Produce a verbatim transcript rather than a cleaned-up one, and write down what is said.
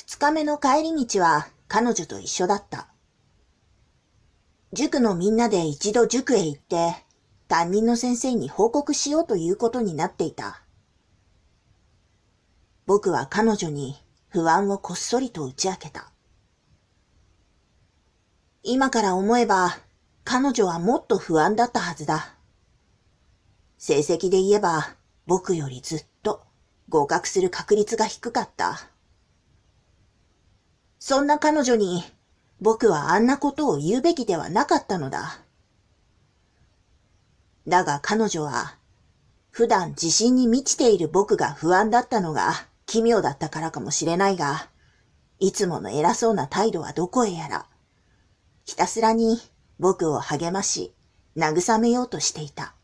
二日目の帰り道は彼女と一緒だった。塾のみんなで一度塾へ行って、担任の先生に報告しようということになっていた。僕は彼女に不安をこっそりと打ち明けた。今から思えば、彼女はもっと不安だったはずだ。成績で言えば、僕よりずっと合格する確率が低かった。そんな彼女に、僕はあんなことを言うべきではなかったのだ。だが彼女は、普段自信に満ちている僕が不安だったのが奇妙だったからかもしれないが、いつもの偉そうな態度はどこへやら、ひたすらに僕を励まし、慰めようとしていた。